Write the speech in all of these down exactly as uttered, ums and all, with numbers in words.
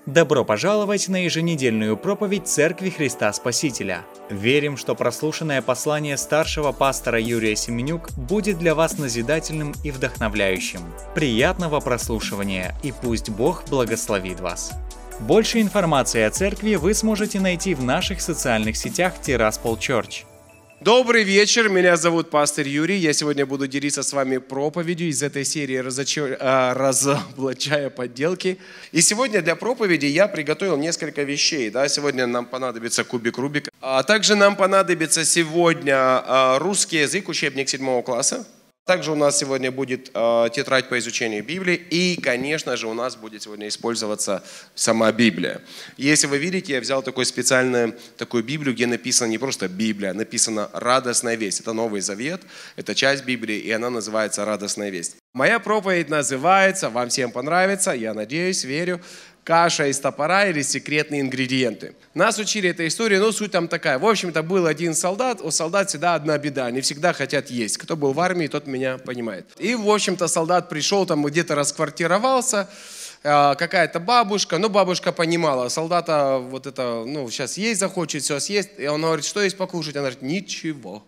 Добро пожаловать на еженедельную проповедь Церкви Христа Спасителя. Верим, что прослушанное послание старшего пастора Юрия Семенюк будет для вас назидательным и вдохновляющим. Приятного прослушивания, и пусть Бог благословит вас. Больше информации о церкви вы сможете найти в наших социальных сетях Тираспол Church. Добрый вечер, меня зовут пастор Юрий. Я сегодня буду делиться с вами проповедью из этой серии «Разочар... «Разоблачая подделки». И сегодня для проповеди я приготовил несколько вещей. Да? Сегодня нам понадобится кубик Рубика. А также нам понадобится сегодня русский язык, учебник седьмого класса. Также у нас сегодня будет э, тетрадь по изучению Библии, и, конечно же, у нас будет сегодня использоваться сама Библия. Если вы видите, я взял такую специальную такую Библию, где написано не просто Библия, написано «Радостная весть». Это Новый Завет, это часть Библии, и она называется «Радостная весть». Моя проповедь называется, вам всем понравится, я надеюсь, верю, «Каша из топора» или «Секретные ингредиенты». Нас учили этой истории, но суть там такая. В общем-то, был один солдат, у солдат всегда одна беда, они всегда хотят есть. Кто был в армии, тот меня понимает. И, в общем-то, солдат пришел, там где-то расквартировался, какая-то бабушка, ну, бабушка понимала, солдата вот это, ну, сейчас есть захочет, все съесть, и он говорит, что есть покушать? Она говорит, ничего.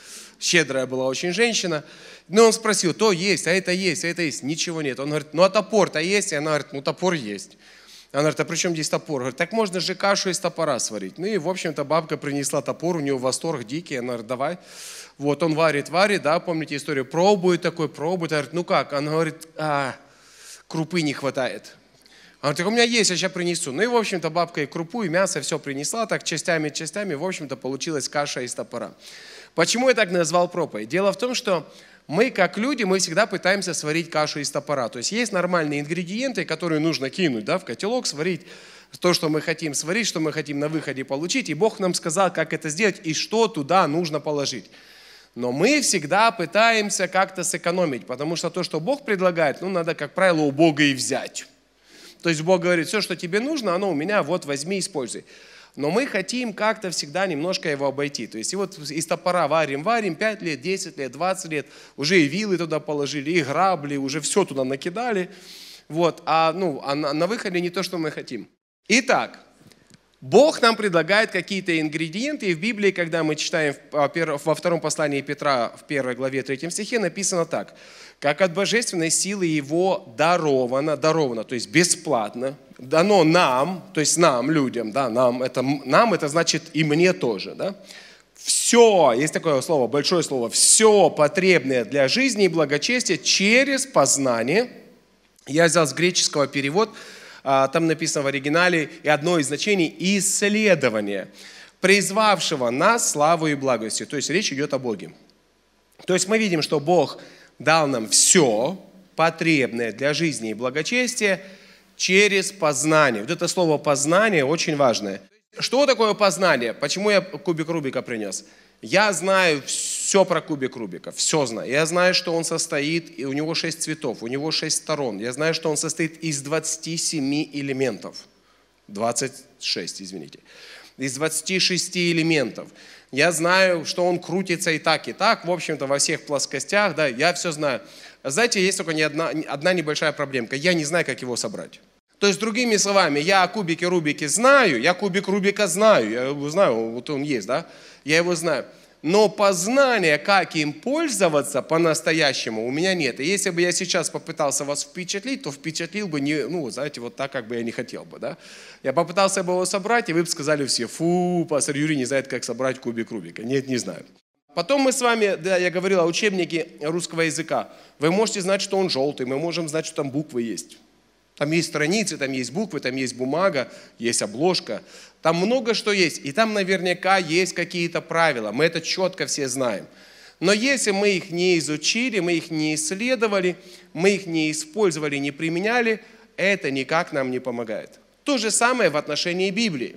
Щедрая была очень женщина. Ну, он спросил, то есть, а это есть, а это есть, ничего нет. Он говорит, ну, а топор-то есть? И она говорит, ну, топор есть. Она говорит, а при чем здесь топор? Говорит, так можно же кашу из топора сварить. Ну и, в общем-то, бабка принесла топор, у нее восторг дикий. Она говорит, давай. Вот он варит, варит, да, помните историю? Пробует такой, пробует. Она говорит, ну как? Она говорит, а, крупы не хватает. Она говорит, у меня есть, я сейчас принесу. Ну и, в общем-то, бабка и крупу, и мясо все принесла, так частями, частями. В общем-то, получилась каша из топора. Почему я так назвал проповедь? Дело в том, что мы, как люди, мы всегда пытаемся сварить кашу из топора. То есть есть нормальные ингредиенты, которые нужно кинуть, да, в котелок, сварить то, что мы хотим сварить, что мы хотим на выходе получить. И Бог нам сказал, как это сделать и что туда нужно положить. Но мы всегда пытаемся как-то сэкономить, потому что то, что Бог предлагает, ну, надо, как правило, у Бога и взять. То есть Бог говорит, все, что тебе нужно, оно у меня, вот возьми, используй. Но мы хотим как-то всегда немножко его обойти. То есть и вот из топора варим, варим пять лет, десять лет, двадцать лет. Уже и вилы туда положили, и грабли, уже все туда накидали. Вот. А, ну, а на, на выходе не то, что мы хотим. Итак, Бог нам предлагает какие-то ингредиенты. И в Библии, когда мы читаем во втором послании Петра, в первой главе, третьем стихе, написано так. Как от божественной силы его даровано, даровано, то есть бесплатно, дано нам, то есть нам, людям, да, нам, это, нам это значит и мне тоже, да, все, есть такое слово, большое слово, все потребное для жизни и благочестия через познание. Я взял с греческого перевод, там написано в оригинале, и одно из значений – исследование, призвавшего нас славу и благостью. То есть речь идет о Боге. То есть мы видим, что Бог дал нам все потребное для жизни и благочестия через познание. Вот это слово «познание» очень важное. Что такое познание? Почему я кубик Рубика принес? Я знаю все про кубик Рубика, все знаю. Я знаю, что он состоит, и у него шесть цветов, у него шесть сторон. Я знаю, что он состоит из двадцати семи элементов. двадцать шесть, извините. Из двадцати шести элементов. Я знаю, что он крутится и так, и так, в общем-то, во всех плоскостях, да, я все знаю. Знаете, есть только не одна, одна небольшая проблемка. Я не знаю, как его собрать. То есть, другими словами, я о кубике Рубике знаю, я кубик Рубика знаю, я его знаю, вот он есть, да, я его знаю. Но познания, как им пользоваться по-настоящему, у меня нет. И если бы я сейчас попытался вас впечатлить, то впечатлил бы, не, ну, знаете, вот так, как бы я не хотел бы, да. Я попытался бы его собрать, и вы бы сказали все, фу, пастор Юрий не знает, как собрать кубик Рубика. Нет, не знаю. Потом мы с вами, да, я говорил о учебнике русского языка. Вы можете знать, что он желтый, мы можем знать, что там буквы есть. Там есть страницы, там есть буквы, там есть бумага, есть обложка. Там много что есть. И там наверняка есть какие-то правила. Мы это четко все знаем. Но если мы их не изучили, мы их не исследовали, мы их не использовали, не применяли, это никак нам не помогает. То же самое в отношении Библии.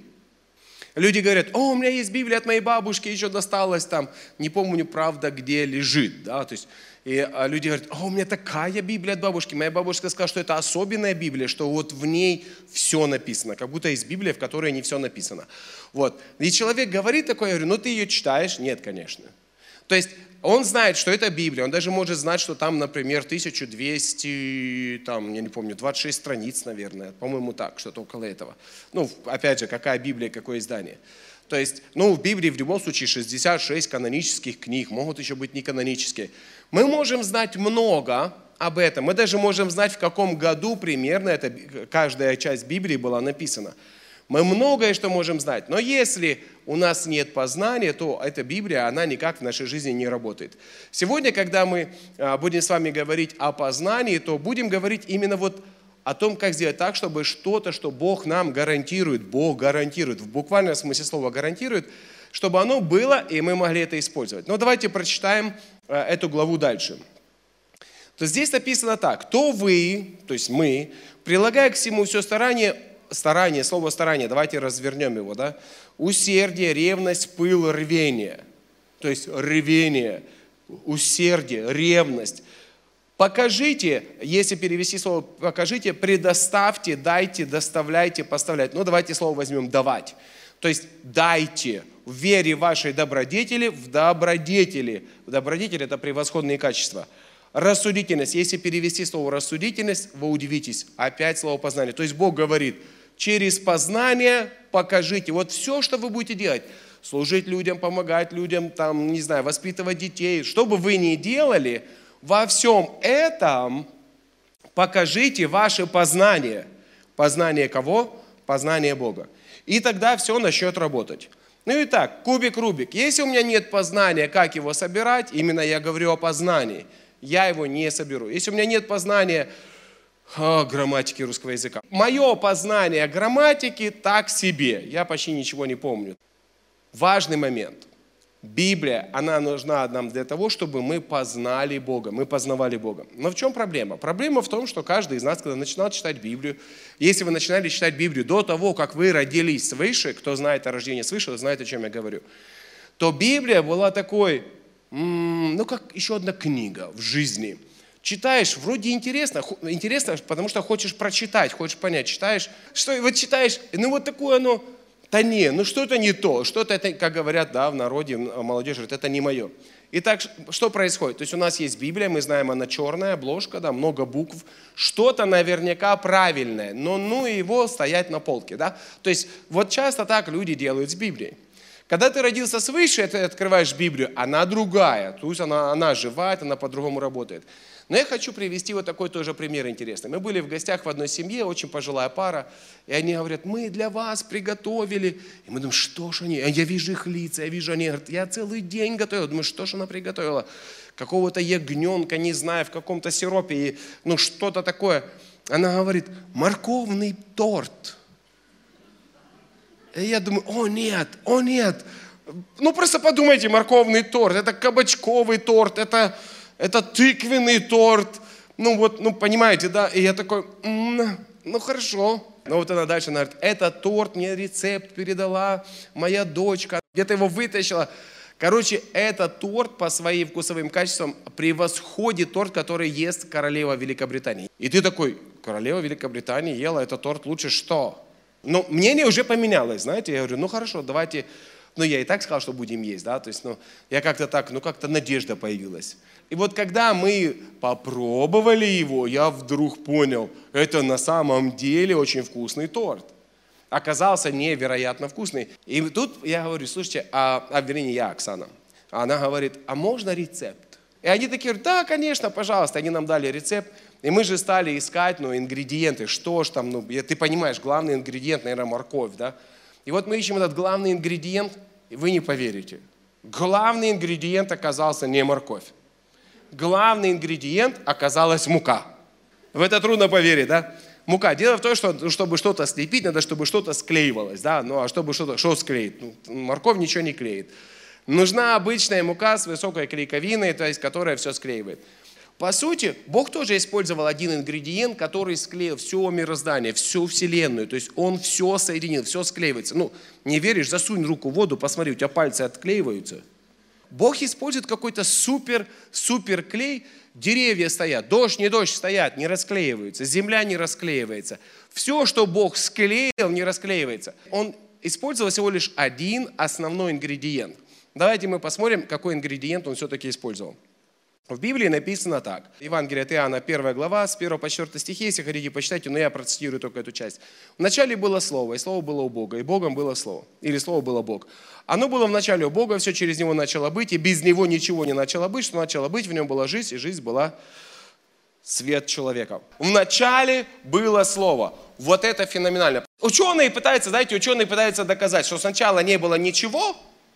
Люди говорят, о, у меня есть Библия от моей бабушки, еще досталась там, не помню, правда, где лежит. Да? То есть, и люди говорят, о, у меня такая Библия от бабушки. Моя бабушка сказала, что это особенная Библия, что вот в ней все написано. Как будто есть Библия, в которой не все написано. Вот. И человек говорит такое, я говорю, ну ты ее читаешь? Нет, конечно. То есть Он знает, что это Библия, он даже может знать, что там, например, тысяча двести, там, я не помню, двадцать шесть страниц, наверное, по-моему, так, что-то около этого. Ну, опять же, какая Библия, какое издание. То есть, ну, в Библии в любом случае шестьдесят шесть канонических книг, могут еще быть неканонические. Мы можем знать много об этом, мы даже можем знать, в каком году примерно эта, каждая часть Библии была написана. Мы многое что можем знать, но если у нас нет познания, то эта Библия, она никак в нашей жизни не работает. Сегодня, когда мы будем с вами говорить о познании, то будем говорить именно вот о том, как сделать так, чтобы что-то, что Бог нам гарантирует, Бог гарантирует, в буквальном смысле слова гарантирует, чтобы оно было, и мы могли это использовать. Но давайте прочитаем эту главу дальше. То здесь написано так: «То вы, то есть мы, прилагая к всему все старание, старание, слово старание, давайте развернем его, да, усердие, ревность, пыл, рвение». То есть рвение, усердие, ревность. Покажите, если перевести слово покажите, предоставьте, дайте, доставляйте, поставляйте. Ну, давайте слово возьмем давать. То есть дайте в вере вашей добродетели, в добродетели. В добродетели это превосходные качества. Рассудительность. Если перевести слово рассудительность, вы удивитесь. Опять слово познание. То есть Бог говорит, через познание покажите. Вот все, что вы будете делать. Служить людям, помогать людям, там, не знаю, воспитывать детей. Что бы вы ни делали, во всем этом покажите ваше познание. Познание кого? Познание Бога. И тогда все начнет работать. Ну и так, кубик Рубик. Если у меня нет познания, как его собирать, именно я говорю о познании, я его не соберу. Если у меня нет познания о, грамматики русского языка, мое познание грамматики так себе, я почти ничего не помню. Важный момент. Библия, она нужна нам для того, чтобы мы познали Бога, мы познавали Бога. Но в чем проблема? Проблема в том, что каждый из нас, когда начинал читать Библию, если вы начинали читать Библию до того, как вы родились свыше, кто знает о рождении свыше, знает, о чем я говорю, то Библия была такой, ну как еще одна книга в жизни. Читаешь, вроде интересно, интересно, потому что хочешь прочитать, хочешь понять, читаешь, что вот читаешь, ну вот такое оно... Да не, ну что-то не то, что-то это, как говорят, да, в народе, молодежь говорит, это не мое. Итак, что происходит? То есть у нас есть Библия, мы знаем, она черная, обложка, да, много букв, что-то наверняка правильное, но ну его стоять на полке, да. То есть вот часто так люди делают с Библией. Когда ты родился свыше, ты открываешь Библию, она другая, то есть она, она живая, она по-другому работает. Но я хочу привести вот такой тоже пример интересный. Мы были в гостях в одной семье, очень пожилая пара, и они говорят, мы для вас приготовили. И мы думаем, что ж они, я вижу их лица, я вижу, они говорят, я целый день готовила. Думаю, что ж она приготовила? Какого-то ягненка, не знаю, в каком-то сиропе, и, ну что-то такое. Она говорит, морковный торт. И я думаю, о нет, о нет. Ну просто подумайте, морковный торт, это кабачковый торт, это... Это тыквенный торт. Ну вот, ну понимаете, да? И я такой, м-м, ну хорошо. Но вот она дальше, она говорит, этот торт мне рецепт передала моя дочка. Где-то его вытащила. Короче, этот торт по своим вкусовым качествам превосходит торт, который ест королева Великобритании. И ты такой, королева Великобритании ела этот торт лучше что? Ну, мнение уже поменялось, знаете. Я говорю, ну хорошо, давайте... Ну, я и так сказал, что будем есть, да, то есть, ну, я как-то так, ну, как-то надежда появилась. И вот когда мы попробовали его, я вдруг понял, это на самом деле очень вкусный торт. Оказался невероятно вкусный. И тут я говорю, слушайте, а, а вернее, я, Оксана, она говорит, а можно рецепт? И они такие говорят, да, конечно, пожалуйста, они нам дали рецепт. И мы же стали искать, ну, ингредиенты, что ж там, ну, ты понимаешь, главный ингредиент, наверное, морковь, да. И вот мы ищем этот главный ингредиент, и вы не поверите. Главный ингредиент оказался не морковь. Главный ингредиент оказалась мука. В это трудно поверить, да? Мука. Дело в том, что чтобы что-то слепить, надо, чтобы что-то склеивалось, да? Ну, а чтобы что-то, что склеить? Ну, морковь ничего не клеит. Нужна обычная мука с высокой клейковиной, то есть, которая все склеивает. По сути, Бог тоже использовал один ингредиент, который склеил все мироздание, всю вселенную. То есть Он все соединил, все склеивается. Ну, не веришь, засунь руку в воду, посмотри, у тебя пальцы отклеиваются. Бог использует какой-то супер-супер клей. Деревья стоят, дождь, не дождь стоят, не расклеиваются, земля не расклеивается. Все, что Бог склеил, не расклеивается. Он использовал всего лишь один основной ингредиент. Давайте мы посмотрим, какой ингредиент он все-таки использовал. В Библии написано так. Евангелие от Иоанна, первая глава, с первого по четвёртый стихи, если хотите, почитайте, но я процитирую только эту часть. «Вначале было Слово, и Слово было у Бога, и Богом было Слово». Или Слово было Бог. «Оно было вначале у Бога, все через Него начало быть, и без Него ничего не начало быть, что начало быть, в Нем была жизнь, и жизнь была свет человека». Вначале было Слово. Вот это феноменально. Ученые пытаются, знаете, ученые пытаются доказать, что сначала не было ничего,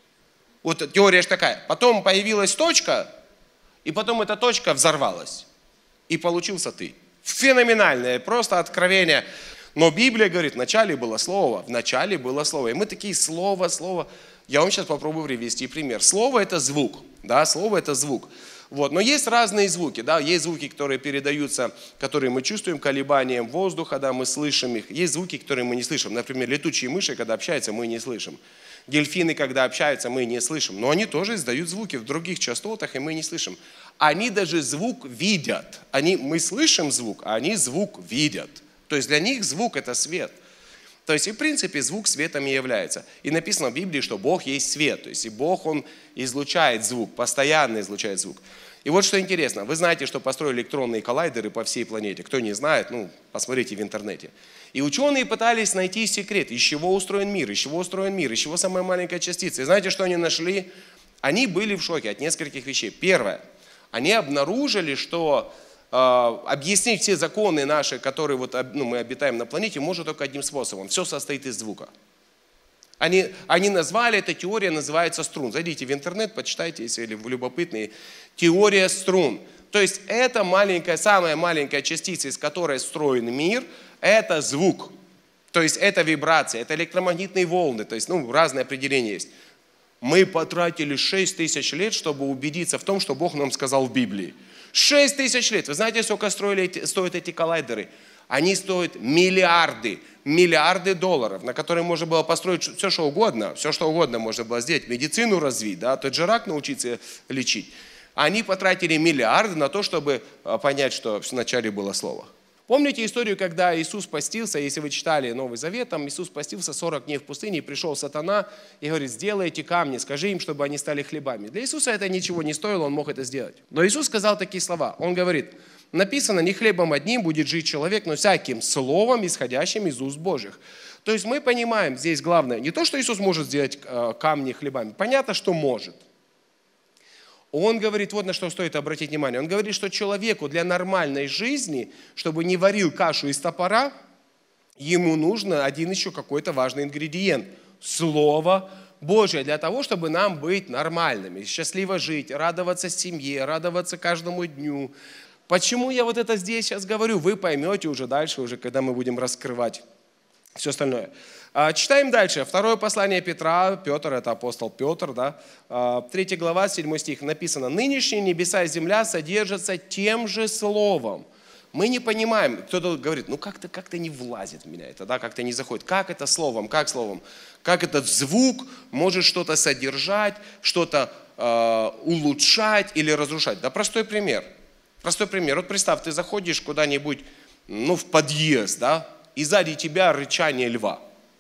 вот теория же такая, потом появилась точка, и потом эта точка взорвалась. И получился ты. Феноменальное, просто откровение. Но Библия говорит, в начале было Слово, в начале было Слово. И мы такие, Слово, Слово. Я вам сейчас попробую привести пример. Слово – это звук. Да, Слово – это звук. Вот. Но есть разные звуки. Да? Есть звуки, которые передаются, которые мы чувствуем колебанием воздуха, да, мы слышим их. Есть звуки, которые мы не слышим. Например, летучие мыши, когда общаются, мы не слышим. Дельфины, когда общаются, мы не слышим. Но они тоже издают звуки в других частотах, и мы не слышим. Они даже звук видят. Они, мы слышим звук, а они звук видят. То есть для них звук – это свет. То есть, и в принципе, звук светом и является. И написано в Библии, что Бог есть свет. То есть, и Бог, Он излучает звук, постоянно излучает звук. И вот что интересно. Вы знаете, что построили электронные коллайдеры по всей планете. Кто не знает, ну, посмотрите в интернете. И ученые пытались найти секрет, из чего устроен мир, из чего устроен мир, из чего самая маленькая частица. И знаете, что они нашли? Они были в шоке от нескольких вещей. Первое. Они обнаружили, что э, объяснить все законы наши, которые вот, ну, мы обитаем на планете, можно только одним способом. Все состоит из звука. Они, они назвали, эта теория называется струн. Зайдите в интернет, почитайте, если вы любопытные. Теория струн. То есть это маленькая, самая маленькая частица, из которой строен мир, это звук. То есть это вибрация, это электромагнитные волны. То есть, ну, разные определения есть. Мы потратили шесть тысяч лет, чтобы убедиться в том, что Бог нам сказал в Библии. шесть тысяч лет. Вы знаете, сколько строили, стоят эти коллайдеры? Они стоят миллиарды, миллиарды долларов, на которые можно было построить все, что угодно. Все, что угодно можно было сделать. Медицину развить, да, тот же рак научиться лечить. Они потратили миллиарды на то, чтобы понять, что вначале было Слово. Помните историю, когда Иисус постился, если вы читали Новый Завет, там Иисус постился сорок дней в пустыне, и пришел сатана и говорит, сделайте камни, скажи им, чтобы они стали хлебами. Для Иисуса это ничего не стоило, он мог это сделать. Но Иисус сказал такие слова, он говорит, написано, не хлебом одним будет жить человек, но всяким словом, исходящим из уст Божьих. То есть мы понимаем здесь главное, не то, что Иисус может сделать камни хлебами, понятно, что может. Он говорит, вот на что стоит обратить внимание. Он говорит, что человеку для нормальной жизни, чтобы не варил кашу из топора, ему нужно один еще какой-то важный ингредиент. Слово Божие для того, чтобы нам быть нормальными, счастливо жить, радоваться семье, радоваться каждому дню. Почему я вот это здесь сейчас говорю, вы поймете уже дальше, уже когда мы будем раскрывать все остальное. Читаем дальше. Второе послание Петра. Петр, это апостол Петр, да. Третья глава, седьмой стих написано. «Нынешние небеса и земля содержатся тем же словом». Мы не понимаем. Кто-то говорит, ну как-то как-то не влазит в меня это, да, как-то не заходит. Как это словом, как словом? Как этот звук может что-то содержать, что-то э, улучшать или разрушать? Да простой пример. Простой пример. Вот представь, ты заходишь куда-нибудь, ну в подъезд, да, и сзади тебя рычание льва.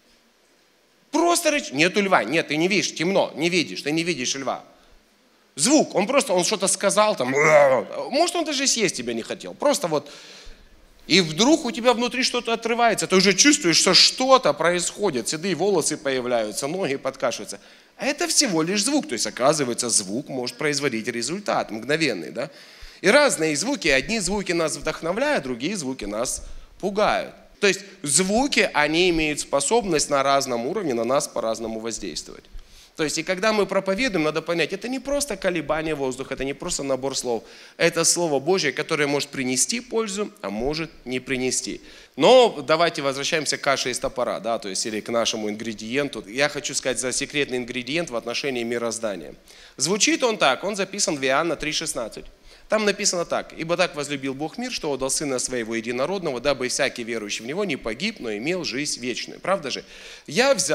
Просто рыч... Нету льва. Нет, ты не видишь, темно, не видишь, ты не видишь льва. Звук, он просто, он что-то сказал там. Может, он даже съесть тебя не хотел. Просто вот. И вдруг у тебя внутри что-то отрывается. Ты уже чувствуешь, что что-то происходит. Седые волосы появляются, ноги подкашиваются. А это всего лишь звук. То есть, оказывается, звук может производить результат мгновенный. Да? И разные звуки. Одни звуки нас вдохновляют, другие звуки нас пугают. То есть звуки, они имеют способность на разном уровне на нас по-разному воздействовать. То есть и когда мы проповедуем, надо понять, это не просто колебание воздуха, это не просто набор слов. Это Слово Божье, которое может принести пользу, а может не принести. Но давайте возвращаемся к каше из топора, да, то есть или к нашему ингредиенту. Я хочу сказать за секретный ингредиент в отношении мироздания. Звучит он так, он записан в Иоанна три шестнадцать. Там написано так. «Ибо так возлюбил Бог мир, что отдал Сына Своего Единородного, дабы всякий верующий в Него не погиб, но имел жизнь вечную». Правда же? Я взял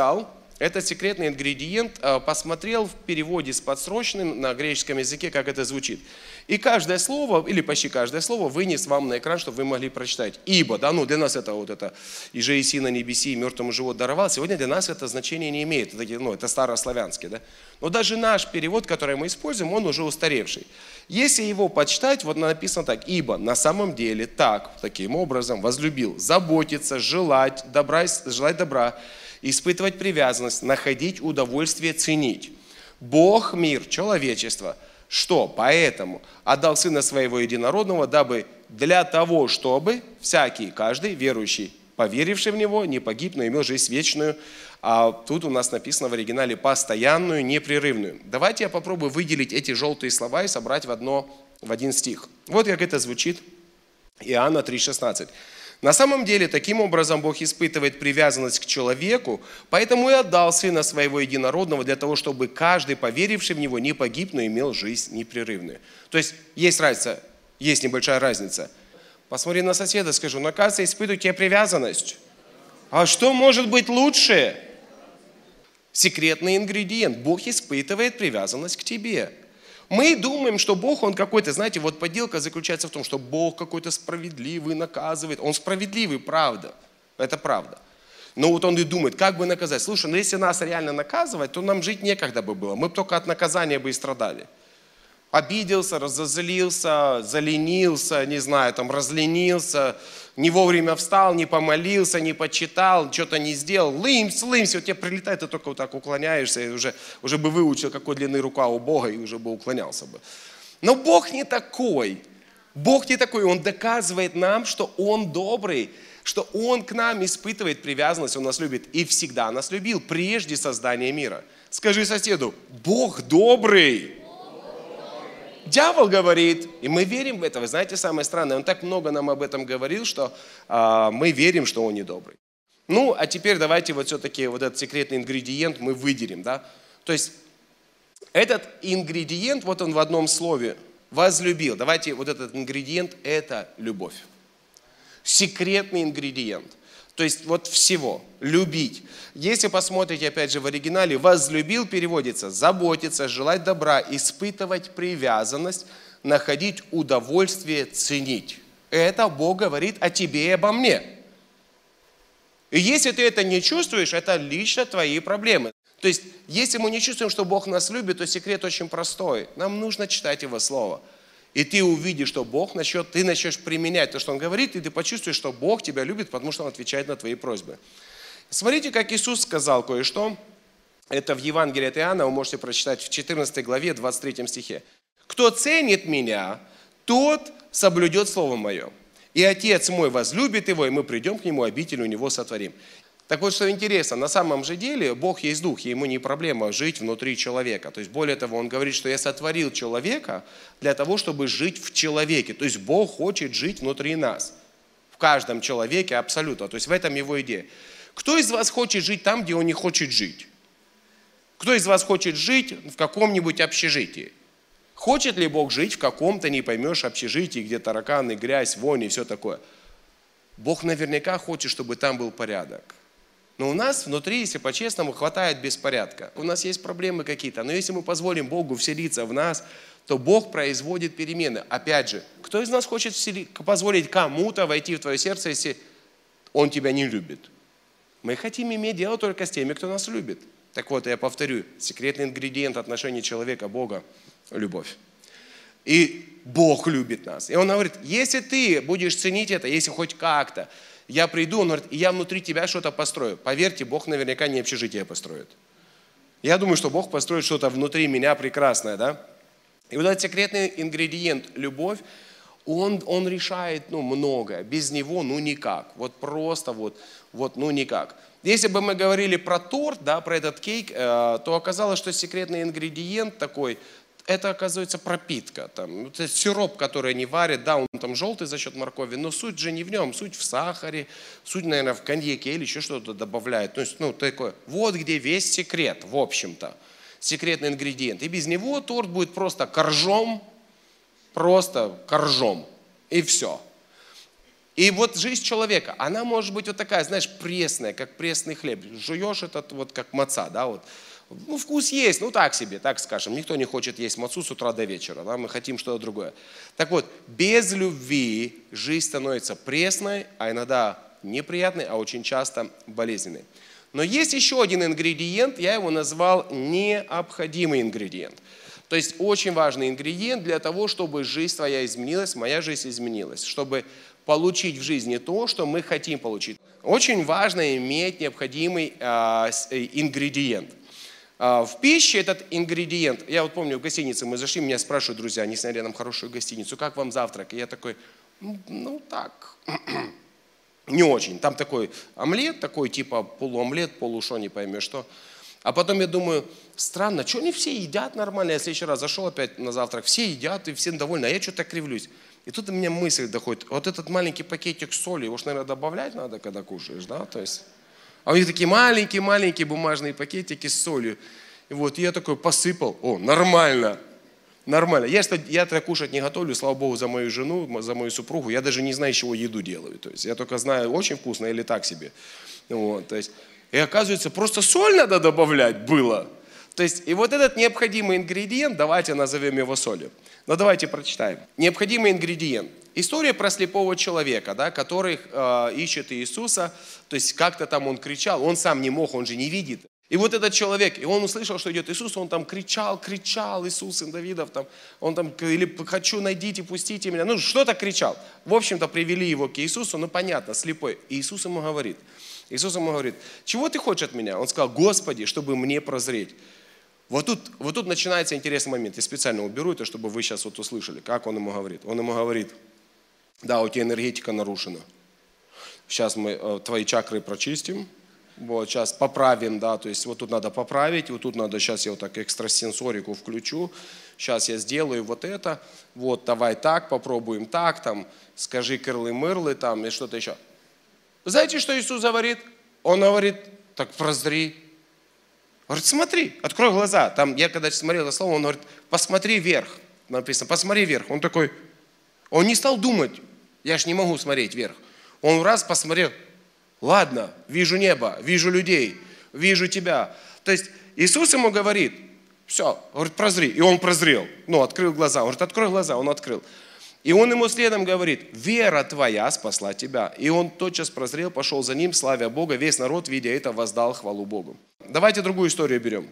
этот секретный ингредиент посмотрел в переводе с подсрочным на греческом языке, как это звучит. И каждое слово, или почти каждое слово, вынес вам на экран, чтобы вы могли прочитать. Ибо, да, ну для нас это вот это, и же Иси на небеси, и мертвому живот даровал. Сегодня для нас это значение не имеет, это, ну, это старославянский, да. Но даже наш перевод, который мы используем, он уже устаревший. Если его почитать, вот написано так: ибо на самом деле так, таким образом, возлюбил, заботиться, желать добра, желать добра, испытывать привязанность, находить удовольствие, ценить. Бог, мир, человечество, что поэтому отдал Сына Своего Единородного, дабы для того, чтобы всякий, каждый верующий, поверивший в Него, не погиб, но имел жизнь вечную. А тут у нас написано в оригинале постоянную, непрерывную. Давайте я попробую выделить эти желтые слова и собрать в, одно, в один стих. Вот как это звучит. Иоанна три шестнадцать. На самом деле, таким образом Бог испытывает привязанность к человеку, поэтому и отдал Сына Своего Единородного для того, чтобы каждый, поверивший в Него, не погиб, но имел жизнь непрерывную. То есть есть разница, есть небольшая разница. Посмотри на соседа, скажу, ну, оказывается, испытывает тебе привязанность. А что может быть лучше? Секретный ингредиент. Бог испытывает привязанность к тебе. Мы думаем, что Бог, Он какой-то, знаете, вот подделка заключается в том, что Бог какой-то справедливый, наказывает. Он справедливый, правда. Это правда. Но вот Он и думает, как бы наказать. Слушай, ну если нас реально наказывать, то нам жить некогда бы было. Мы бы только от наказания бы и страдали. Обиделся, разозлился, заленился, не знаю, там разленился, не вовремя встал, не помолился, не почитал, что-то не сделал. Лымсь, лымсь, вот тебе прилетает, ты только вот так уклоняешься, и уже, уже бы выучил, какой длины рука у Бога, и уже бы уклонялся бы. Но Бог не такой. Бог не такой. Он доказывает нам, что Он добрый, что Он к нам испытывает привязанность, Он нас любит и всегда нас любил, прежде создания мира. Скажи соседу, Бог добрый. Дьявол говорит, и мы верим в это. Вы знаете, самое странное, он так много нам об этом говорил, что а, мы верим, что он недобрый. Ну, а теперь давайте вот все-таки вот этот секретный ингредиент мы выделим, да. То есть этот ингредиент, вот он в одном слове, возлюбил. Давайте вот этот ингредиент – это любовь. Секретный ингредиент. То есть вот всего, любить. Если посмотрите, опять же, в оригинале, возлюбил переводится заботиться, желать добра, испытывать привязанность, находить удовольствие, ценить. Это Бог говорит о тебе и обо мне. И если ты это не чувствуешь, это лично твои проблемы. То есть, если мы не чувствуем, что Бог нас любит, то секрет очень простой. Нам нужно читать Его Слово. И ты увидишь, что Бог начнет, ты начнешь применять то, что Он говорит, и ты почувствуешь, что Бог тебя любит, потому что Он отвечает на твои просьбы. Смотрите, как Иисус сказал кое-что. Это в Евангелии от Иоанна, вы можете прочитать в четырнадцатой главе, двадцать третьем стихе. «Кто ценит Меня, тот соблюдет Слово Мое. И Отец Мой возлюбит Его, и мы придем к Нему, обитель у Него сотворим». Так вот, что интересно, на самом же деле Бог есть Дух, и Ему не проблема жить внутри человека. То есть, более того, Он говорит, что я сотворил человека для того, чтобы жить в человеке. То есть, Бог хочет жить внутри нас. В каждом человеке абсолютно. То есть, в этом Его идея. Кто из вас хочет жить там, где Он не хочет жить? Кто из вас хочет жить в каком-нибудь общежитии? Хочет ли Бог жить в каком-то, не поймешь, общежитии, где тараканы, грязь, вонь и все такое? Бог наверняка хочет, чтобы там был порядок. Но у нас внутри, если по-честному, хватает беспорядка. У нас есть проблемы какие-то. Но если мы позволим Богу вселиться в нас, то Бог производит перемены. Опять же, кто из нас хочет всели... позволить кому-то войти в твое сердце, если он тебя не любит? Мы хотим иметь дело только с теми, кто нас любит. Так вот, я повторю, секретный ингредиент отношений человека, Бога – любовь. И Бог любит нас. И Он говорит, если ты будешь ценить это, если хоть как-то, я приду, Он говорит, и я внутри тебя что-то построю. Поверьте, Бог наверняка не общежитие построит. Я думаю, что Бог построит что-то внутри меня прекрасное, да? И вот этот секретный ингредиент – любовь, он, он решает, ну, многое. Без него, ну, никак. Вот просто вот, вот, ну, никак. Если бы мы говорили про торт, да, про этот кейк, э, то оказалось, что секретный ингредиент такой – это, оказывается, пропитка. Там, это сироп, который они варят, да, он там желтый за счет моркови, но суть же не в нем, суть в сахаре, суть, наверное, в коньяке или еще что-то добавляют. То есть, ну, такое. Вот где весь секрет, в общем-то. Секретный ингредиент. И без него торт будет просто коржом, просто коржом. И все. И вот жизнь человека, она может быть вот такая, знаешь, пресная, как пресный хлеб. Жуешь этот вот как маца, да, вот. Ну, вкус есть, ну так себе, так скажем. Никто не хочет есть мацу с утра до вечера, да, мы хотим что-то другое. Так вот, без любви жизнь становится пресной, а иногда неприятной, а очень часто болезненной. Но есть еще один ингредиент, я его назвал необходимый ингредиент. То есть очень важный ингредиент для того, чтобы жизнь твоя изменилась, моя жизнь изменилась, чтобы получить в жизни то, что мы хотим получить. Очень важно иметь необходимый э, ингредиент. Э, в пище этот ингредиент, я вот помню, в гостинице мы зашли, меня спрашивают друзья, они сняли нам хорошую гостиницу, как вам завтрак? И я такой, ну, ну так, не очень. Там такой омлет, такой типа полуомлет, полушо, не поймешь что. А потом я думаю, странно, что не все едят нормально? Я в следующий раз зашел опять на завтрак, все едят и всем довольны, а я что-то кривлюсь. И тут у меня мысль доходит, вот этот маленький пакетик соли, его ж, наверное, добавлять надо, когда кушаешь, да? То есть, а у них такие маленькие-маленькие бумажные пакетики с солью. И вот я такой посыпал, о, нормально, нормально. Я, я это кушать не готовлю, слава Богу, за мою жену, за мою супругу. Я даже не знаю, из чего еду делаю. То есть, я только знаю, очень вкусно или так себе. Вот, то есть, и оказывается, просто соль надо добавлять было. То есть, и вот этот необходимый ингредиент, давайте назовем его солью. Но давайте прочитаем. Необходимый ингредиент. История про слепого человека, да, который э, ищет Иисуса. То есть, как-то там он кричал, он сам не мог, он же не видит. И вот этот человек, и он услышал, что идет Иисус, он там кричал, кричал, Иисус, сын Давидов, там, он там, или хочу, найдите, пустите меня. Ну, что-то кричал. В общем-то, привели его к Иисусу, ну, понятно, слепой. И Иисус ему говорит, Иисус ему говорит, чего ты хочешь от меня? Он сказал, Господи, чтобы мне прозреть. Вот тут, вот тут начинается интересный момент. Я специально уберу это, чтобы вы сейчас вот услышали, как он ему говорит. Он ему говорит, да, у тебя энергетика нарушена. Сейчас мы э, твои чакры прочистим. Вот, сейчас поправим, да, то есть вот тут надо поправить, вот тут надо, сейчас я вот так экстрасенсорику включу, сейчас я сделаю вот это, вот, давай так, попробуем так, там, скажи кырлы-мырлы, там, и что-то еще. Знаете, что Иисус говорит? Он говорит, так прозри. Говорит, смотри, открой глаза. Там, я когда смотрел это слово, он говорит, посмотри вверх. Написано, посмотри вверх. Он такой, он не стал думать, я ж не могу смотреть вверх. Он раз посмотрел, ладно, вижу небо, вижу людей, вижу тебя. То есть Иисус ему говорит, все, говорит, прозри. И он прозрел, ну, открыл глаза. Он говорит, открой глаза, он открыл. И он ему следом говорит, вера твоя спасла тебя. И он тотчас прозрел, пошел за ним, славя Бога. Весь народ, видя это, воздал хвалу Богу. Давайте другую историю берем.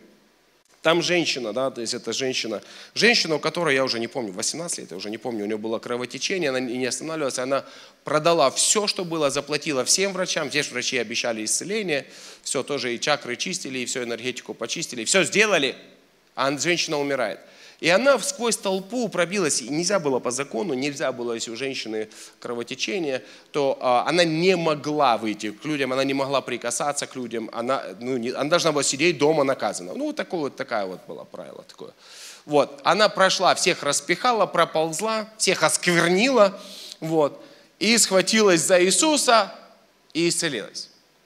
Там женщина, да, то есть это женщина, женщина, у которой, я уже не помню, восемнадцать лет, я уже не помню, у нее было кровотечение, она не останавливалась, она продала все, что было, заплатила всем врачам, все врачи обещали исцеление, все, тоже и чакры чистили, и все, энергетику почистили, все сделали, а женщина умирает. И она сквозь толпу пробилась, и нельзя было по закону, нельзя было, если у женщины кровотечение, то а, она не могла выйти к людям, она не могла прикасаться к людям, она, ну, не, она должна была сидеть дома наказана. Ну, вот такое вот такая вот было правило такое. Вот, она прошла, всех распихала, проползла, всех осквернила, вот, и схватилась за Иисуса и исцелилась.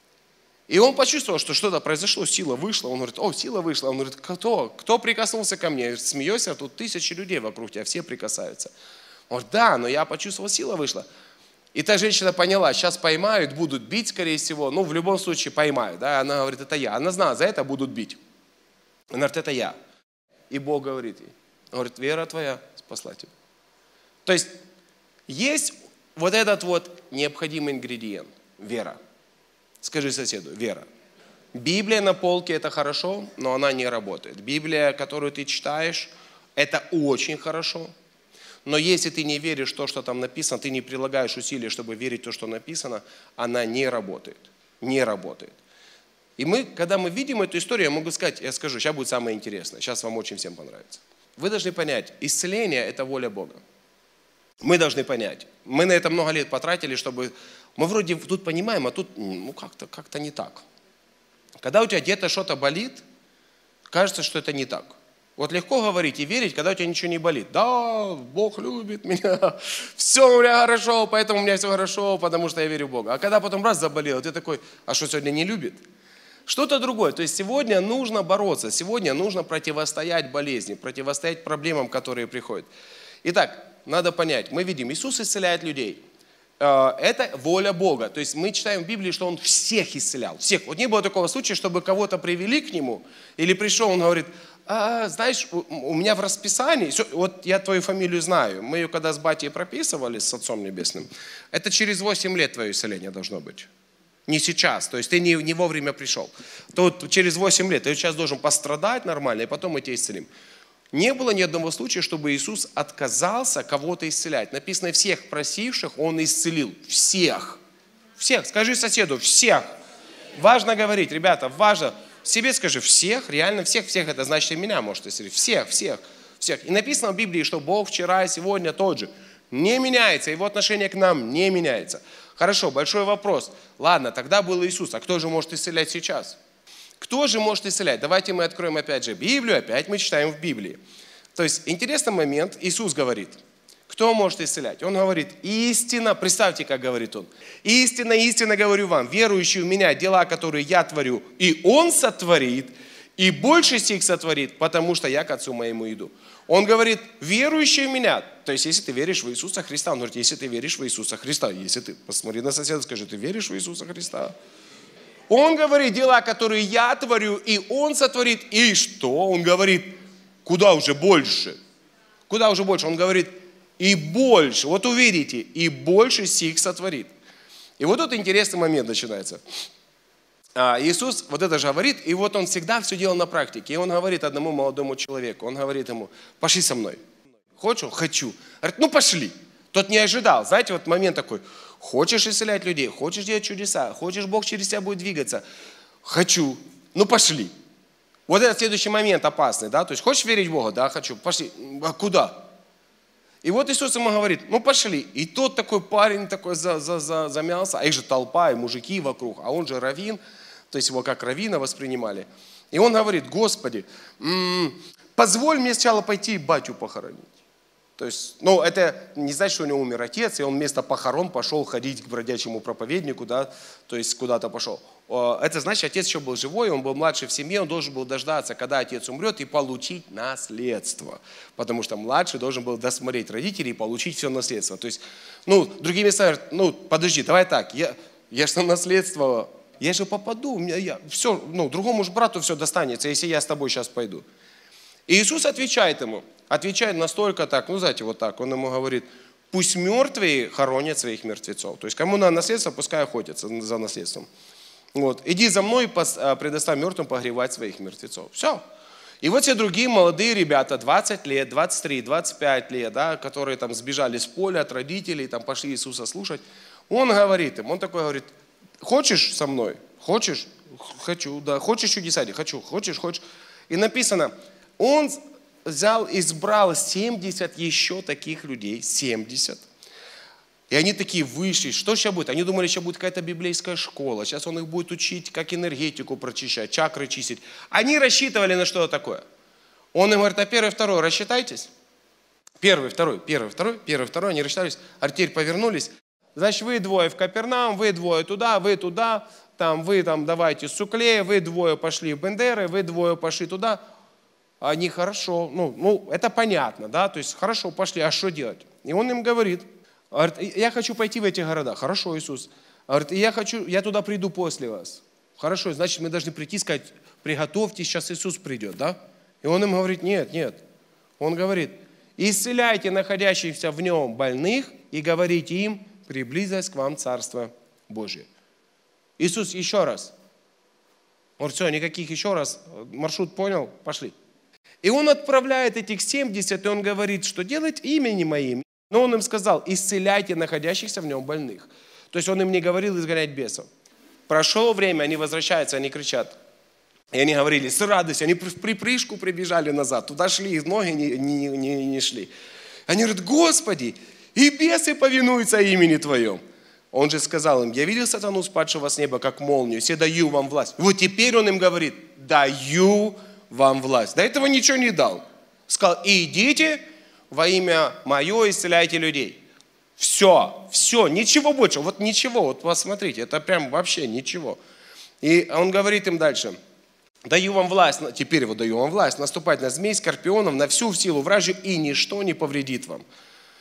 И он почувствовал, что что-то произошло, сила вышла. Он говорит, о, сила вышла. Он говорит, кто? Кто прикоснулся ко мне? Смеешься, тут тысячи людей вокруг тебя, все прикасаются. Он говорит, да, но я почувствовал, сила вышла. И та женщина поняла, сейчас поймают, будут бить, скорее всего. Ну, в любом случае поймают. Да? Она говорит, это я. Она знала, за это будут бить. Она говорит, это я. И Бог говорит ей, он говорит, вера твоя спасла тебя. То есть, есть вот этот вот необходимый ингредиент, вера. Скажи соседу, вера. Библия на полке – это хорошо, но она не работает. Библия, которую ты читаешь, это очень хорошо. Но если ты не веришь в то, что там написано, ты не прилагаешь усилия, чтобы верить в то, что написано, она не работает. Не работает. И мы, когда мы видим эту историю, я могу сказать, я скажу, сейчас будет самое интересное, сейчас вам очень всем понравится. Вы должны понять, исцеление – это воля Бога. Мы должны понять. Мы на это много лет потратили, чтобы... Мы вроде тут понимаем, а тут ну, как-то, как-то не так. Когда у тебя где-то что-то болит, кажется, что это не так. Вот легко говорить и верить, когда у тебя ничего не болит. Да, Бог любит меня, все у меня хорошо, поэтому у меня все хорошо, потому что я верю в Бога. А когда потом раз заболел, ты такой, а что сегодня не любит? Что-то другое. То есть сегодня нужно бороться, сегодня нужно противостоять болезни, противостоять проблемам, которые приходят. Итак, надо понять, мы видим, Иисус исцеляет людей. это воля Бога. То есть мы читаем в Библии, что Он всех исцелял. Всех. Вот не было такого случая, чтобы кого-то привели к Нему, или пришел, Он говорит, а, знаешь, у меня в расписании, вот я твою фамилию знаю, мы ее когда с батей прописывали, с Отцом Небесным, это через восемь лет твое исцеление должно быть. Не сейчас, то есть ты не, не вовремя пришел. Тут через восемь лет ты сейчас должен пострадать нормально, и потом мы тебя исцелим. Не было ни одного случая, чтобы Иисус отказался кого-то исцелять. Написано, всех просивших Он исцелил. Всех. Всех. Скажи соседу, всех. Важно говорить, ребята, важно. Себе скажи, всех, реально всех, всех, это значит и меня может исцелить. Всех, всех, всех. И написано в Библии, что Бог вчера и сегодня тот же. Не меняется, Его отношение к нам не меняется. Хорошо, большой вопрос. Ладно, тогда был Иисус, а кто же может исцелять сейчас? Кто же может исцелять? Давайте мы откроем опять же Библию, опять мы читаем в Библии. То есть интересный момент, Иисус говорит, кто может исцелять? Он говорит, истина, представьте, как говорит Он, истинно, истинно говорю вам, верующий в Меня, дела, которые Я творю, и Он сотворит, и больше сих сотворит, потому что Я к Отцу Моему иду. Он говорит, верующий в Меня, то есть если ты веришь в Иисуса Христа, он говорит, если ты веришь в Иисуса Христа, если ты, посмотри на соседа, скажи, ты веришь в Иисуса Христа? Он говорит, дела, которые Я творю, и Он сотворит, и что? Он говорит, куда уже больше? Куда уже больше? Он говорит, и больше, вот увидите, и больше сих сотворит. И вот тут интересный момент начинается. Иисус вот это же говорит, и вот Он всегда все делал на практике. И Он говорит одному молодому человеку, Он говорит ему, пошли со мной. Хочешь? Хочу. Говорит, ну пошли. Тот не ожидал. Знаете, вот момент такой, хочешь исцелять людей, хочешь делать чудеса, хочешь Бог через тебя будет двигаться. Хочу. Ну пошли. Вот этот следующий момент опасный, да, то есть хочешь верить в Бога? Да, хочу. Пошли. А куда? И вот Иисус ему говорит, ну пошли. И тот такой парень такой за, за, за, замялся, а их же толпа, и мужики вокруг, а он же раввин, то есть его как раввина воспринимали. И он говорит, Господи, м-м, позволь мне сначала пойти батю похоронить. То есть, ну это не значит, что у него умер отец, и он вместо похорон пошел ходить к бродячему проповеднику, да, то есть куда-то пошел. Это значит, отец еще был живой, он был младший в семье, он должен был дождаться, когда отец умрет, и получить наследство. Потому что младший должен был досмотреть родителей и получить все наследство. То есть, ну, другими словами, ну, подожди, давай так, я, я же на наследство, я же попаду, у меня, я, все, ну, другому же брату все достанется, если я с тобой сейчас пойду. И Иисус отвечает ему, отвечает настолько так, ну, знаете, вот так, он ему говорит, пусть мертвые хоронят своих мертвецов. То есть, кому на наследство, пускай охотятся за наследством. Вот. Иди за мной и предоставь мертвым погревать своих мертвецов. Все. И вот все другие молодые ребята, двадцать лет, двадцать три, двадцать пять лет, да, которые там сбежали с поля от родителей, там пошли Иисуса слушать. Он говорит им, он такой говорит, хочешь со мной? Хочешь? Хочу, да. Хочешь чудеса? Хочу. Хочешь? Хочешь? И написано, он взял, избрал семьдесят еще таких людей, семьдесят. И они такие вышли, что сейчас будет? Они думали, сейчас будет какая-то библейская школа, сейчас он их будет учить, как энергетику прочищать, чакры чистить. Они рассчитывали на что-то такое. Он им говорит, а первый, второй, рассчитайтесь. Первый, второй, первый, второй, первый, второй, они рассчитались, а теперь повернулись. Значит, вы двое в Капернаум, вы двое туда, вы туда, там, вы там давайте Сукле, вы двое пошли в Бендеры, вы двое пошли туда. Они хорошо, ну, ну, это понятно, да, то есть хорошо, пошли, а что делать? И он им говорит, говорит, я хочу пойти в эти города. Хорошо, Иисус. Говорит, я хочу, я туда приду после вас. Хорошо, значит, мы должны прийти и сказать, приготовьтесь, сейчас Иисус придет, да? И он им говорит, нет, нет. Он говорит, исцеляйте находящихся в нем больных и говорите им, приблизилось к вам Царство Божие. Иисус еще раз. Он говорит, все, никаких еще раз. Маршрут понял? Пошли. И он отправляет этих семьдесят, и он говорит, что делать именем моим. Но он им сказал, исцеляйте находящихся в нем больных. То есть он им не говорил изгонять бесов. Прошло время, они возвращаются, они кричат. И они говорили с радостью, они в припрыжку прибежали назад. Туда шли, и ноги не, не, не, не шли. Они говорят, Господи, и бесы повинуются имени Твоем. Он же сказал им, я видел сатану, спадшего с неба, как молнию, все даю вам власть. Вот теперь он им говорит, даю вам власть. До этого ничего не дал. Сказал, идите во имя мое, исцеляйте людей. Все, все, ничего больше. Вот ничего, вот посмотрите, это прям вообще ничего. И он говорит им дальше, даю вам власть, теперь вот даю вам власть, наступать на змей, скорпионов, на всю силу вражью, и ничто не повредит вам.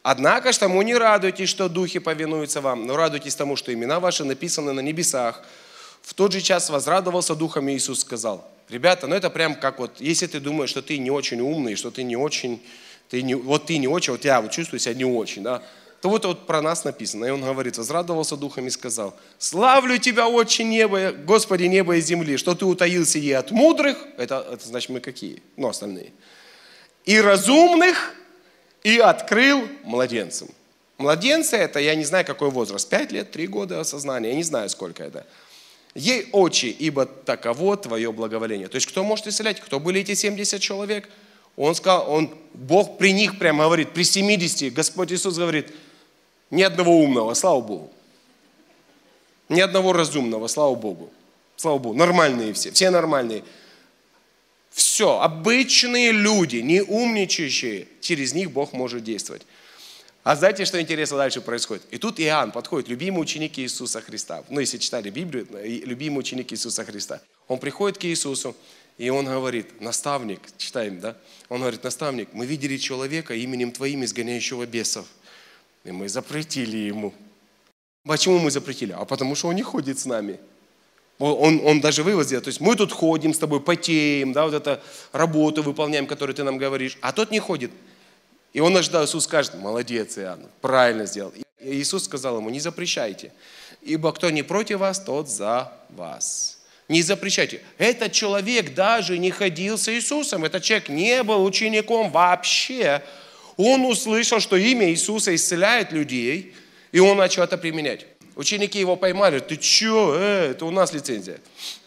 Однако ж тому не радуйтесь, что духи повинуются вам, но радуйтесь тому, что имена ваши написаны на небесах. В тот же час возрадовался духом, и Иисус сказал: ребята, ну это прям как вот, если ты думаешь, что ты не очень умный, что ты не очень, ты не, вот ты не очень, вот я вот чувствую себя не очень, да, то вот, вот про нас написано. И он говорит: возрадовался духом и сказал: славлю тебя, Отче небо, Господи неба и земли, что ты утаил сие от мудрых, это, это значит мы какие, ну остальные, и разумных, и открыл младенцам. Младенцы это, я не знаю какой возраст, пять лет, три года осознания, я не знаю сколько это. Ей очи, ибо таково твое благоволение. То есть кто может исцелять? Кто были эти семьдесят человек? Он сказал, он, Бог при них прямо говорит, при семидесяти, Господь Иисус говорит: ни одного умного, слава Богу. Ни одного разумного, слава Богу. Слава Богу, нормальные все, все нормальные. Все, обычные люди, не умничающие, через них Бог может действовать. А знаете, что интересно дальше происходит? И тут Иоанн подходит, любимый ученик Иисуса Христа. Ну, если читали Библию, любимый ученик Иисуса Христа. Он приходит к Иисусу, и он говорит: наставник, читаем, да? Он говорит: наставник, мы видели человека именем Твоим, изгоняющего бесов. И мы запретили ему. Почему мы запретили? А потому что он не ходит с нами. Он, он даже вывод сделал. То есть мы тут ходим с тобой, потеем, да, вот эту работу выполняем, которую ты нам говоришь, а тот не ходит. И он ожидал, Иисус скажет: молодец, Иоанн, правильно сделал. И Иисус сказал ему: не запрещайте, ибо кто не против вас, тот за вас. Не запрещайте. Этот человек даже не ходил с Иисусом, этот человек не был учеником вообще. Он услышал, что имя Иисуса исцеляет людей, и он начал это применять. Ученики его поймали: ты че, э, это у нас лицензия.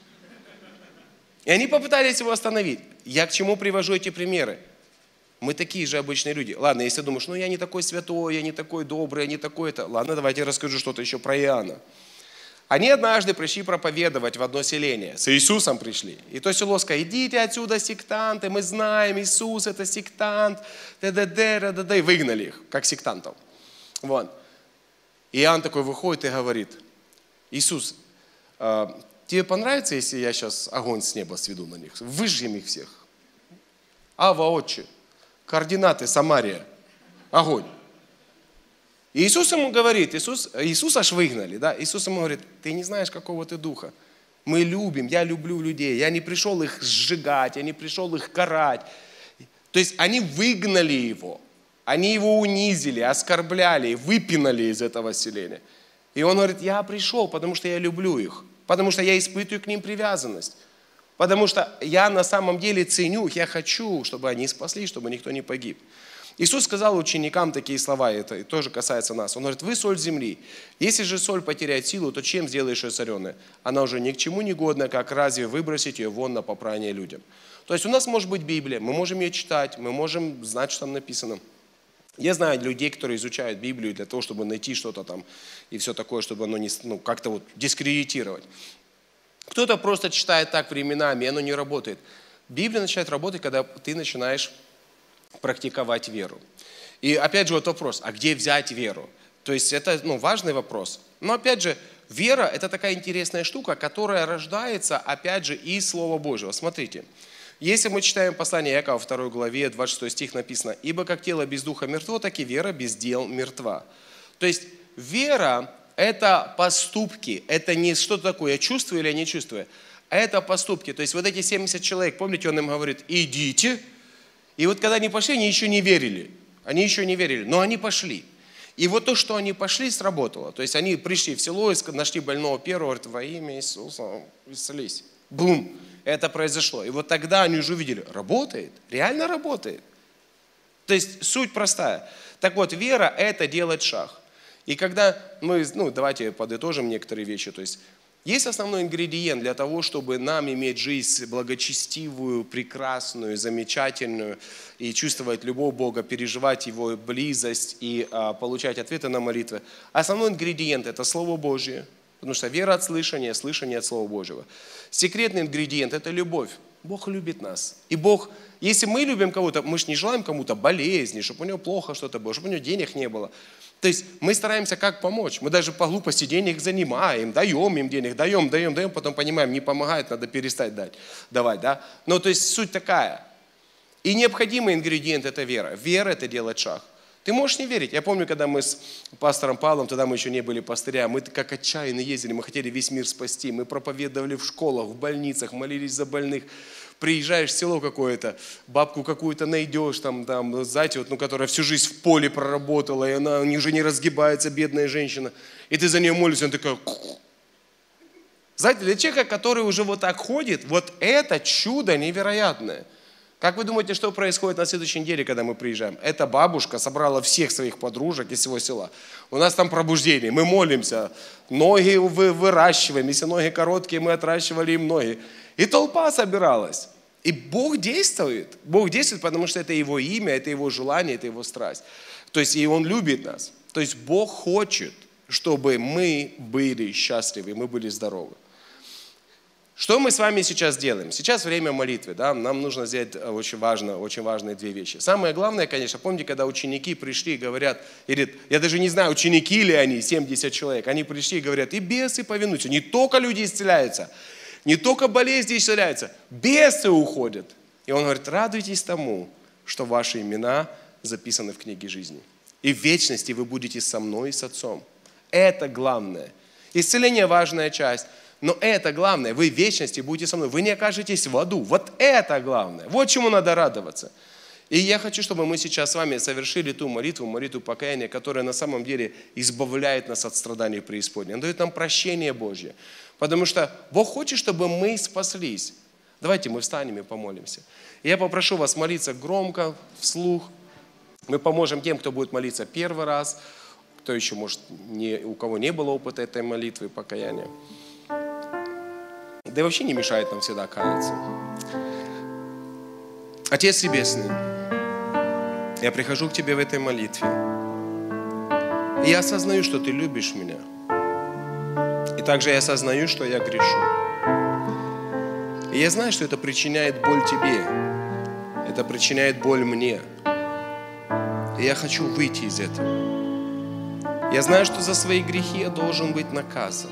И они попытались его остановить. Я к чему привожу эти примеры? Мы такие же обычные люди. Ладно, если думаешь, ну я не такой святой, я не такой добрый, я не такой это. Ладно, давайте я расскажу что-то еще про Иоанна. Они однажды пришли проповедовать в одно селение. С Иисусом пришли. И то село сказало: идите отсюда, сектанты, мы знаем, Иисус это сектант. Да-да-да-да-да. И выгнали их, как сектантов. Вот. И Иоанн такой выходит и говорит: Иисус, тебе понравится, если я сейчас огонь с неба сведу на них? Выжжем их всех. Ава, Отче. Координаты, Самария, огонь. И Иисус ему говорит, Иисус, Иисус аж выгнали, да? Иисус ему говорит: ты не знаешь, какого ты духа. Мы любим, я люблю людей. Я не пришел их сжигать, я не пришел их карать. То есть они выгнали его, они его унизили, оскорбляли, выпинали из этого селения. И он говорит: я пришел, потому что я люблю их, потому что я испытываю к ним привязанность. Потому что я на самом деле ценю их, я хочу, чтобы они спаслись, чтобы никто не погиб. Иисус сказал ученикам такие слова, и это тоже касается нас. Он говорит: вы соль земли. Если же соль потеряет силу, то чем сделаешь ее соленой? Она уже ни к чему не годна, как разве выбросить ее вон на попрание людям. То есть у нас может быть Библия, мы можем ее читать, мы можем знать, что там написано. Я знаю людей, которые изучают Библию для того, чтобы найти что-то там и все такое, чтобы оно не, ну, как-то вот дискредитировать. Кто-то просто читает так временами, и оно не работает. Библия начинает работать, когда ты начинаешь практиковать веру. И опять же вот вопрос: а где взять веру? То есть это ну, важный вопрос. Но опять же, вера – это такая интересная штука, которая рождается, опять же, из Слова Божьего. Смотрите, если мы читаем послание Иакова, второй главе, двадцать шестой стих написано: «Ибо как тело без духа мертво, так и вера без дел мертва». То есть вера – это поступки, это не что-то такое, я чувствую или я не чувствую. Это поступки. То есть вот эти семьдесят человек, помните, он им говорит: идите. И вот когда они пошли, они еще не верили. Они еще не верили, но они пошли. И вот то, что они пошли, сработало. То есть они пришли в село, нашли больного первого, говорят: во имя Иисуса исцелись. Бум! Это произошло. И вот тогда они уже увидели: работает, реально работает. То есть суть простая. Так вот, вера – это делать шаг. И когда мы, ну давайте подытожим некоторые вещи, то есть есть основной ингредиент для того, чтобы нам иметь жизнь благочестивую, прекрасную, замечательную, и чувствовать любовь Бога, переживать Его близость и а, получать ответы на молитвы. Основной ингредиент – это Слово Божье, потому что вера от слышания, слышание от Слова Божьего. Секретный ингредиент – это любовь. Бог любит нас. И Бог, если мы любим кого-то, мы же не желаем кому-то болезни, чтобы у него плохо что-то было, чтобы у него денег не было. То есть мы стараемся как помочь. Мы даже по глупости денег занимаем, даем им денег, даем, даем, даем, потом понимаем, не помогает, надо перестать дать, давать. Да? Но то есть суть такая. И необходимый ингредиент – это вера. Вера – это делать шаг. Ты можешь не верить. Я помню, когда мы с пастором Павлом, тогда мы еще не были пастыря, мы как отчаянно ездили, мы хотели весь мир спасти. Мы проповедовали в школах, в больницах, молились за больных. Приезжаешь в село какое-то, бабку какую-то найдешь, там, там, знаете, вот, ну, которая всю жизнь в поле проработала, и она уже не разгибается, бедная женщина. И ты за нее молишься, она такая... Знаете, для человека, который уже вот так ходит, вот это чудо невероятное. Как вы думаете, что происходит на следующей неделе, когда мы приезжаем? Эта бабушка собрала всех своих подружек из всего села. У нас там пробуждение, мы молимся, ноги выращиваем, если ноги короткие, мы отращивали им ноги. И толпа собиралась. И Бог действует. Бог действует, потому что это Его имя, это Его желание, это Его страсть. То есть и Он любит нас. То есть Бог хочет, чтобы мы были счастливы, мы были здоровы. Что мы с вами сейчас делаем? Сейчас время молитвы, да? Нам нужно сделать очень, важно, очень важные две вещи. Самое главное, конечно, помните, когда ученики пришли и говорят, или, я даже не знаю, ученики ли они, семьдесят человек, они пришли и говорят, и бесы повинуются. Не только люди исцеляются, не только болезни исцеляются, бесы уходят. И он говорит, радуйтесь тому, что ваши имена записаны в книге жизни. И в вечности вы будете со мной и с Отцом. Это главное. Исцеление – важная часть. Но это главное, вы в вечности будете со мной, вы не окажетесь в аду. Вот это главное, вот чему надо радоваться. И я хочу, чтобы мы сейчас с вами совершили ту молитву, молитву покаяния, которая на самом деле избавляет нас от страданий преисподней. Она дает нам прощение Божье. Потому что Бог хочет, чтобы мы спаслись. Давайте мы встанем и помолимся. И я попрошу вас молиться громко, вслух. Мы поможем тем, кто будет молиться первый раз, кто еще, может, не, у кого не было опыта этой молитвы покаяния. Да и вообще не мешает нам всегда каяться. Отец Небесный, я прихожу к Тебе в этой молитве. И я осознаю, что Ты любишь меня. И также я осознаю, что я грешу. И я знаю, что это причиняет боль Тебе. Это причиняет боль мне. И я хочу выйти из этого. Я знаю, что за свои грехи я должен быть наказан.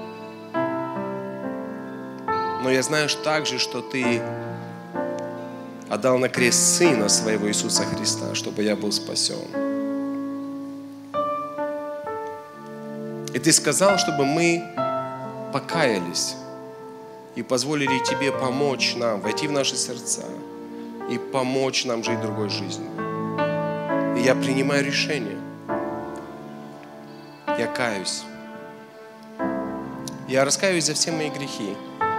Но я знаю также, что Ты отдал на крест Сына Своего Иисуса Христа, чтобы я был спасен. И Ты сказал, чтобы мы покаялись и позволили Тебе помочь нам войти в наши сердца и помочь нам жить другой жизнью. И я принимаю решение. Я каюсь. Я раскаиваюсь за все мои грехи.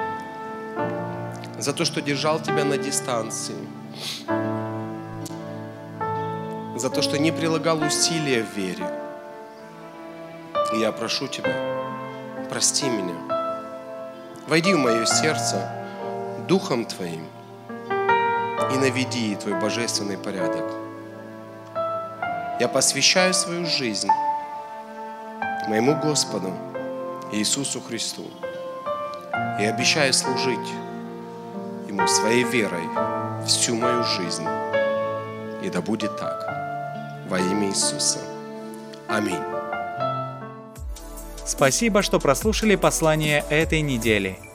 За то, что держал Тебя на дистанции. За то, что не прилагал усилия в вере. И я прошу Тебя, прости меня. Войди в мое сердце Духом Твоим и наведи Твой божественный порядок. Я посвящаю свою жизнь моему Господу Иисусу Христу и обещаю служить Ему своей верой всю мою жизнь. И да будет так. Во имя Иисуса. Аминь. Спасибо, что прослушали послание этой недели.